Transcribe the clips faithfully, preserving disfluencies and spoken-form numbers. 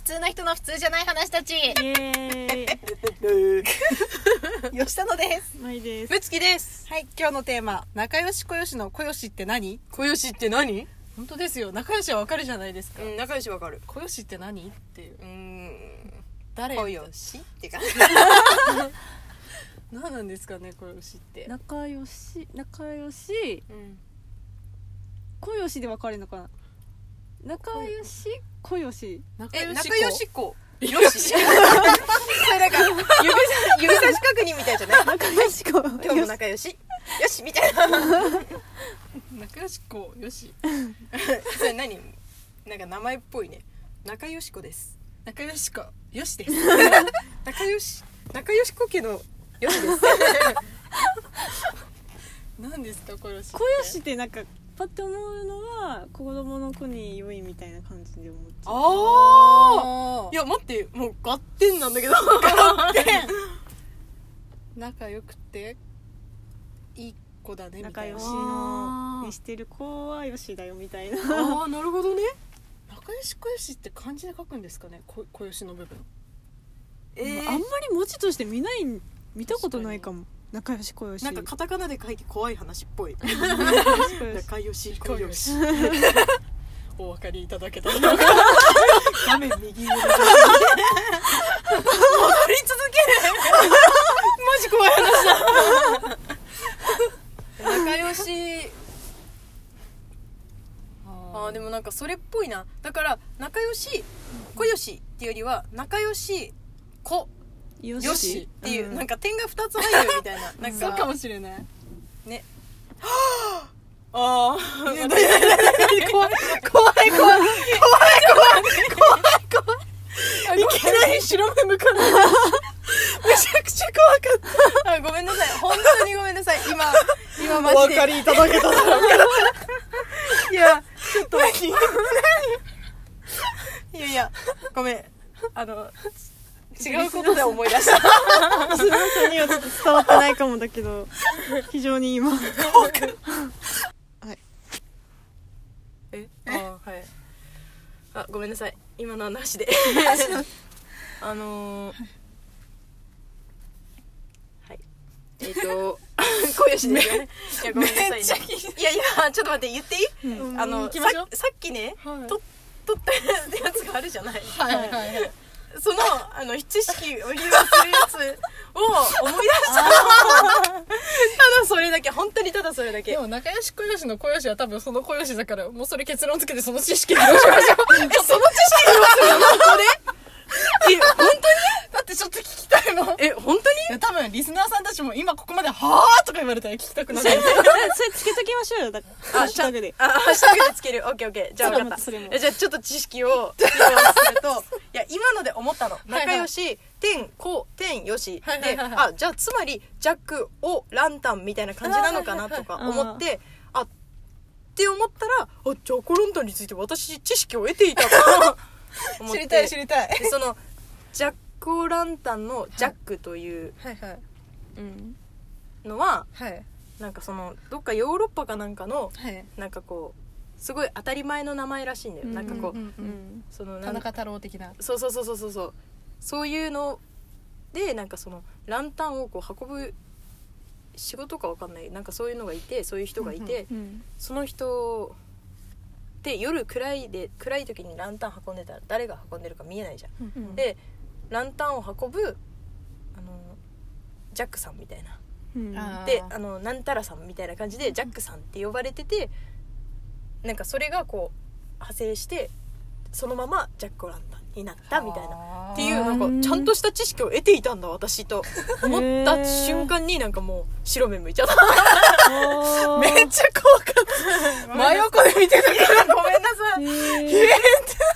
普通な人の普通じゃない話たち。イエーイ吉田のです。 まいです。 むつきです。 はい、今日のテーマ、仲良し小良しの小良しって何？ 小良しって何？ 本当ですよ、仲良しはわかるじゃないですか。 うん、仲良しわかる。 小良しって何っていう。 うーん、 誰？ 小良しって感じ。 何なんですかね、小良しって。 仲良し、仲良し、 うん、 小良しで分かれるのかな。仲良し、小良し。 え、 仲良し仲良し子。よし。それなんか指さ指差し確認みたいじゃない？ 仲良し子。 今日も仲良し。よしみたいな。 仲良し子よし。 それ何？なんか名前っぽいね。仲良し子です。 仲良し子よしです。 仲良し仲良し子家のよしです。 何ですか小良しって？ 小良しってなんかパッと思うのは子供の子に良いみたいな感じで思っちゃう。 ああ。いや待ってもう合点なんだけど。合点。 仲良くていい子だねみたいな。 仲良しのにしてる子はよしだよみたいな。 ああなるほどね。 仲良し小良しって漢字で書くんですかね、小小良しの部分。 えー、 あんまり文字として見ない見たことないかも。仲良し小良し。 なんかカタカナで書いて怖い話っぽい。仲良し小良し。 お分かりいただけた。 画面右上で。わかり続ける。マジ怖い話だ。仲良し。あーでもなんかそれっぽいな。だから仲良し小良しっていうよりは仲良し子よよしっていう、 うん、 なんか点がふたつ入るみたいな。なんかそうかもしれないね。はあ。ああ。怖い怖い怖い怖い怖い怖い怖い。いきなり白目向かない。めちゃくちゃ怖かった。あ、ごめんなさい。本当にごめんなさい。今今マジで。 お分かりいただけただろうか。 いやちょっと何何。いやいやごめん。あの。違うことで思い出した。 リスナーさんにはちょっと伝わってないかもだけど非常に今はいえあはいあごめんなさい今のはなしであのー、はいえっ、ー、と小良しですよね。いやごめんなさいね。いやいやちょっと待って言っていい？うん、あのささっきね、はい、と撮ったやつがあるじゃない。 はいはいはい。 そのあの知識を披露するやつを思い出した。ただそれだけ、本当にただそれだけ。 でも仲良し小良しの小良しは多分その小良しだから、もうそれ結論つけてその知識披露しましょう。 え、その知識披露するの？これ？え、本当に？ だってちょっと聞きたいもん。 え、本当に？ 多分リスナーさんたちも今ここまではーとか言われたら聞きたくなる。 それつけときましょうよ。だからハッシュタグで。 あ、ハッシュタグでつける。オッケーオッケー。じゃあ分かった。 それもえ、じゃあちょっと知識を披露すると、いや今ので思ったの。仲良し、天、子、天、よし。で、あ、じゃあつまりジャック、オ、ランタンみたいな感じなのかなとか思って、あって思ったら、あ、ジャックランタンについて私知識を得ていたと思って。 知りたい知りたい。 でそのジャックオランタンのジャックというのは、 はい、 なんかそのどっかヨーロッパかなんかの、 はい、 なんかこうすごい当たり前の名前らしいんだよ。なんかこう、 うんうんうん、 その田中太郎的な。 そうそうそうそうそうそうそういうのでなんかそのランタンをこう運ぶ仕事かわかんないなんかそういうのがいてそういう人がいて、 うんうん、その人で夜暗いで暗い時にランタン運んでたら誰が運んでるか見えないじゃん、うんうん、でランタンを運ぶあのジャックさんみたいな、うん、であのなんたらさんみたいな感じでジャックさんって呼ばれててなんかそれがこう派生してそのままジャックオランタンになったみたいなっていうなんかちゃんとした知識を得ていたんだ私と思った瞬間になんかもう白目向いちゃっためっちゃ怖かった真横で見てたからごめんなさいえー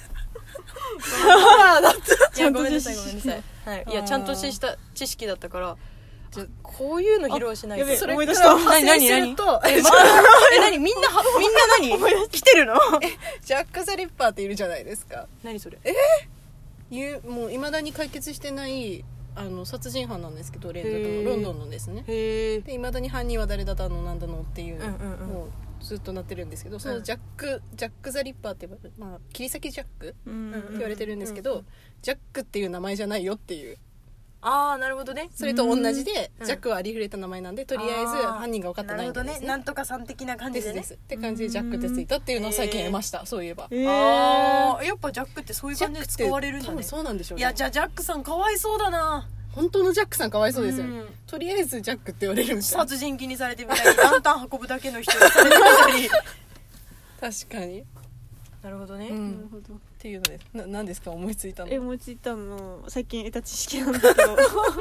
いやごめんなさいごめんなさい、はい、いやちゃんとした知識だったからじゃこういうの披露しないとそれ思い出した何何何え何みんなみんな何来てるのえジャック・ザ・リッパーっているじゃないですか。 何それえー、もう未だに解決してないあの殺人犯なんですけど連続のロンドンのですね。 へで未だに犯人は誰だったのなんだのっていう、 うんうんうん、 もうずっと鳴ってるんですけど、そのジャックジャック・ザ・リッパーって、まあ、切り裂きジャックうってん言われてるんですけど、 うんうんジャックっていう名前じゃないよっていう、 ああなるほどね。 それと同じで、 うんジャックはありふれた名前なんで、とりあえず犯人が分かってないんですね。 なるほどね。なんとかさん的な感じでね。 ですですって感じでジャックってついたっていうのを最近得ました、そういえば。 えー、 ああやっぱジャックってそういう感じで使われるんだね。 多分そうなんでしょうね。 いやじゃあジャックさんかわいそうだな。 本当のジャックさんかわいそうですよね、 うんとりあえずジャックって言われるみたいな。 殺人鬼にされてみたりランタン運ぶだけの人にされてみたり確かに、 なるほどね、 うん、 なるほど。 っていうのです。な何ですか思いついたの。 え思いついたの最近得た知識なんだけど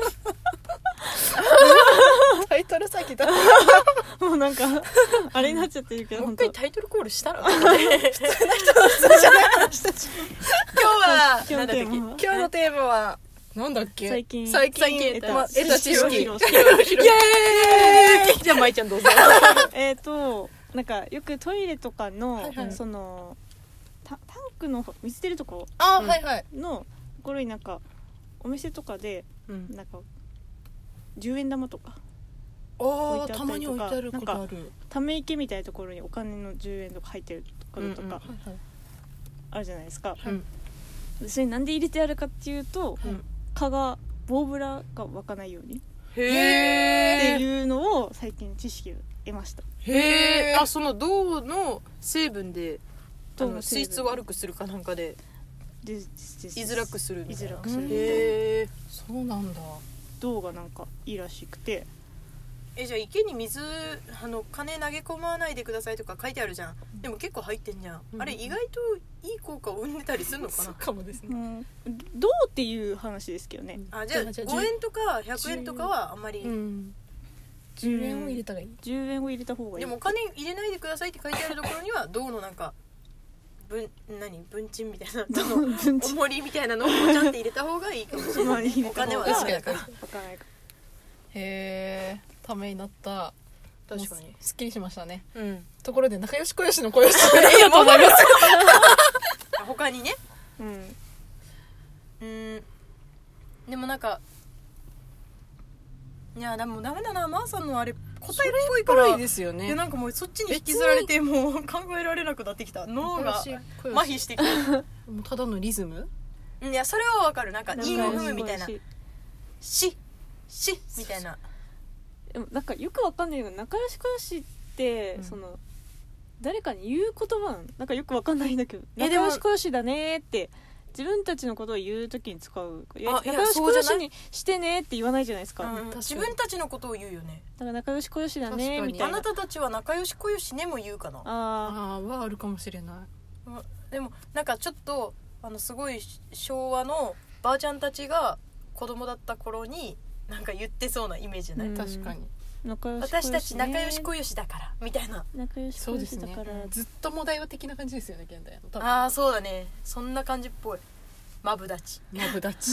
タイトル先だもうなんかあれになっちゃってるけどもう本当一回タイトルコールしたら普通な人じゃない話たち今日は今日のテーマは今日のテーマはなんだっけ。 最近最近得たまあ得た知識を披露してイエーイじゃあ舞ちゃんどうぞえっとなんかよくトイレとかの、 はいはいそのタタンクの水出るとこあ、 うんはいはい。 のところになんかお店とかでうんなんかじゅうえん玉とかあ置いてあったりとかあ、たまに置いてあることある。 ため池みたいなところにお金のじゅうえんとか入ってるところとかうんうんはいはいあるじゃないですか、 うんでそれなんで入れてあるかっていうと、 うん蚊がボウブラが湧かないようにっへてえいうのを最近知識を得ました。 へえあその銅の成分であの銅の成分水質を悪くするかなんかででですです居づらくするみたいな居づらくするみたいなへえそうなんだ。 銅がなんかいいらしくて、 えじゃあ池に水あの金投げ込まないでくださいとか書いてあるじゃん、でも結構入ってんじゃん、 うんあれ意外といい効果を生んでたりするのかそうなかもですね。 うん、銅っていう話ですけどね、 あじゃあじゃあごえんとかひゃくえんとかはあんまり、 うん。じゅうえんを入れたらいい。 じゅうえんを入れた方がいい。 でもお金入れないでくださいって書いてあるところには銅のなんか分何文鎮みたいな銅の文鎮重りみたいなのをちゃんと入れた方がいいかもしれまないあ入れた方がお金は確かにダメだからわからないかへえ、ためになった。 確かにもうすっきりしましたね。 うんところで仲良し小良しの小良しいや戻る他にねうんうんでもなんかいやでもダメだなマーさんのあれ答えっぽいからいいですよね。 でなんかもうそっちに引きずられてもう考えられなくなってきた脳が仲良し小良し麻痺してきたもうただのリズム。 いやそれはわかるなんか韻を踏むみたいな仲良ししみたいなでもなんかよくわかんないけど仲良し小良しって、 うんその誰かに言う言葉なのなんかよくわかんないんだけどえでも仲良し小良しだねって自分たちのことを言うときに使ういやあいや仲良しそうじゃない小良しにしてねって言わないじゃないですか、 うんだか自分たちのことを言うよねら仲良し小良しだね確かにあみたいななたたちは仲良し小良しねも言うかなあああはあるかもしれない。 うんでもなんかちょっとあのすごい昭和のばあちゃんたちが子供だった頃になんか言ってそうなイメージじゃない、 うん確かに。 仲良し小良し、ね、 私たち仲良し小良しだからみたいな仲良し小そうですね良しだから、。 ずっともだよ的な感じですよね現代の。多分ああそうだねそんな感じっぽいマブダチマブダチ。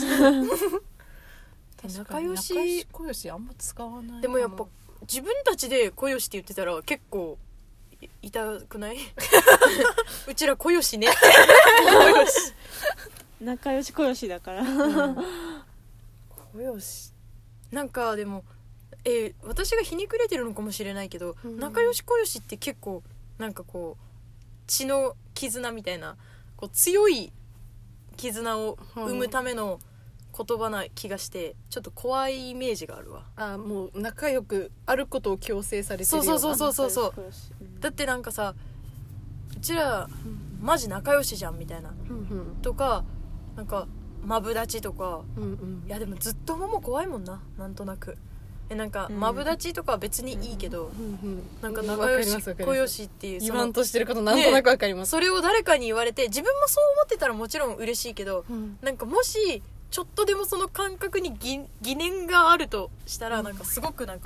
仲良し仲良し小良しあんま使わない。 でもやっぱ自分たちで小良しって言ってたら結構い痛くないうちら小良しね小良し仲良し小良しだから小良しなんかでもえー私がひねくれてるのかもしれないけど、 うん仲良し小良しって結構なんかこう血の絆みたいなこう強い絆を生むための言葉な気がしてちょっと怖いイメージがあるわ。 あもう仲良くあることを強制されてるそうそうそうそうそうそう仲良し小良しうんだってなんかさうちらマジ仲良しじゃんみたいなうんうんとかなんかマブダチとかうんうんいやでもずっともも怖いもんななんとなくえなんかうんマブダチとかは別にいいけど、 うんうんなんか仲良しわかりますわかります小良しっていうその言わんとしてることなんとなくわかります。 それを誰かに言われて自分もそう思ってたらもちろん嬉しいけどうんなんかもしちょっとでもその感覚に疑疑念があるとしたらなんかすごくなんか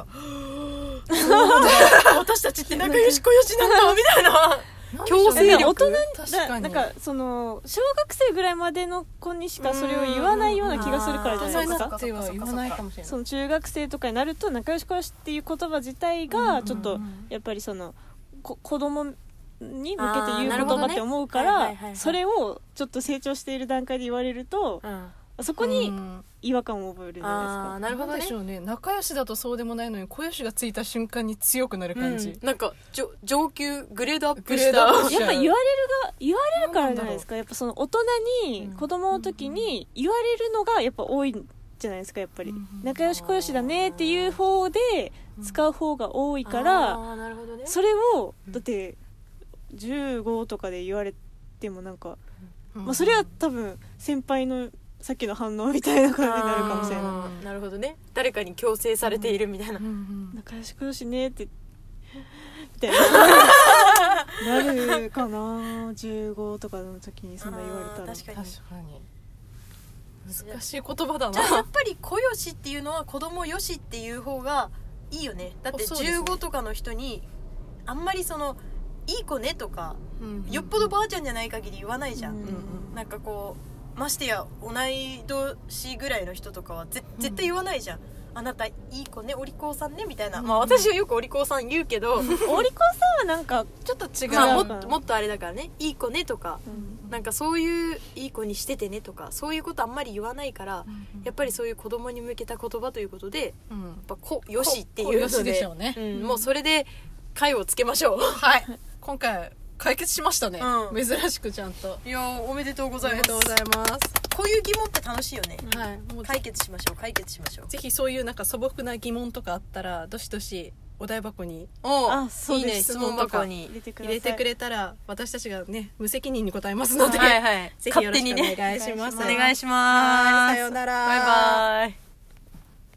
私たちって仲良し小良しなんだみたいな強制力え大人確かにだなんかその小学生ぐらいまでの子にしかそれを言わないような気がするからじゃないですかうんうんっては言わないかもしれない。 その中学生とかになると仲良し小良しっていう言葉自体がちょっとうんうんうんやっぱりそのこ子供に向けて言うあー言なるほどね葉って思うかはいはいはいはいらそれをちょっと成長している段階で言われるとうんそこにうん違和感を覚えるじゃああないですか、 なるほどねなんでしょうね、仲良しだとそうでもないのに小良しがついた瞬間に強くなる感じ、 うん、なんか上上級グレードアップグレードしたアップしやっぱ言われるが言われるからじゃないですか。やっぱその大人にうん子供の時に言われるのがやっぱ多いんじゃないですか。やっぱりうん仲良し小良しだねっていう方で使う方が多いから、 あーなるほどねそれをだってじゅうごとかで言われてもなんか、 うんまあ、それは多分先輩のさっきの反応みたいな感じになるかもしれない。 あーなるほどね、誰かに強制されているみたいな、 うんうん仲良し小良しねってみたいななるかな。じゅうごとかの時にそんな言われたら。 あー確かに確かに難しい言葉だじゃあやなっぱり子よしっていうのは子供よしっていう方がいいよね。だってそうですねじゅうごとかの人にあんまりそのいい子ねとか、 うんうんよっぽどばあちゃんじゃない限り言わないじゃん、 うんうんうんなんかこうましてや同い年ぐらいの人とかはぜ絶対言わないじゃん、あなたいい子ねお利口さんねみたいな、まあ私はよくお利口さん言うけどお利口さんはなんかちょっと違う、 まあも違うっともっとあれだからね、いい子ねとか、 うんなんかそういういい子にしててねとかそういうことあんまり言わないから、やっぱりそういう子供に向けた言葉ということでうんやっぱ子よしっていう子よしのででしょうねん、もうそれで回をつけましょうはい今回解決しましたね、 うん珍しくちゃんといやーおめでとうございます。 おめでとうございますこういう疑問って楽しいよね、 はいもう解決しましょう解決しましょう。 ぜひそういうなんか素朴な疑問とかあったらどしどしお題箱におあそうですいいね質問箱に入れてください。 入れてくれたら私たちがね無責任に答えますので、 はいはいぜひよろしくお願いします、 お願いします。 さようならバイバイ。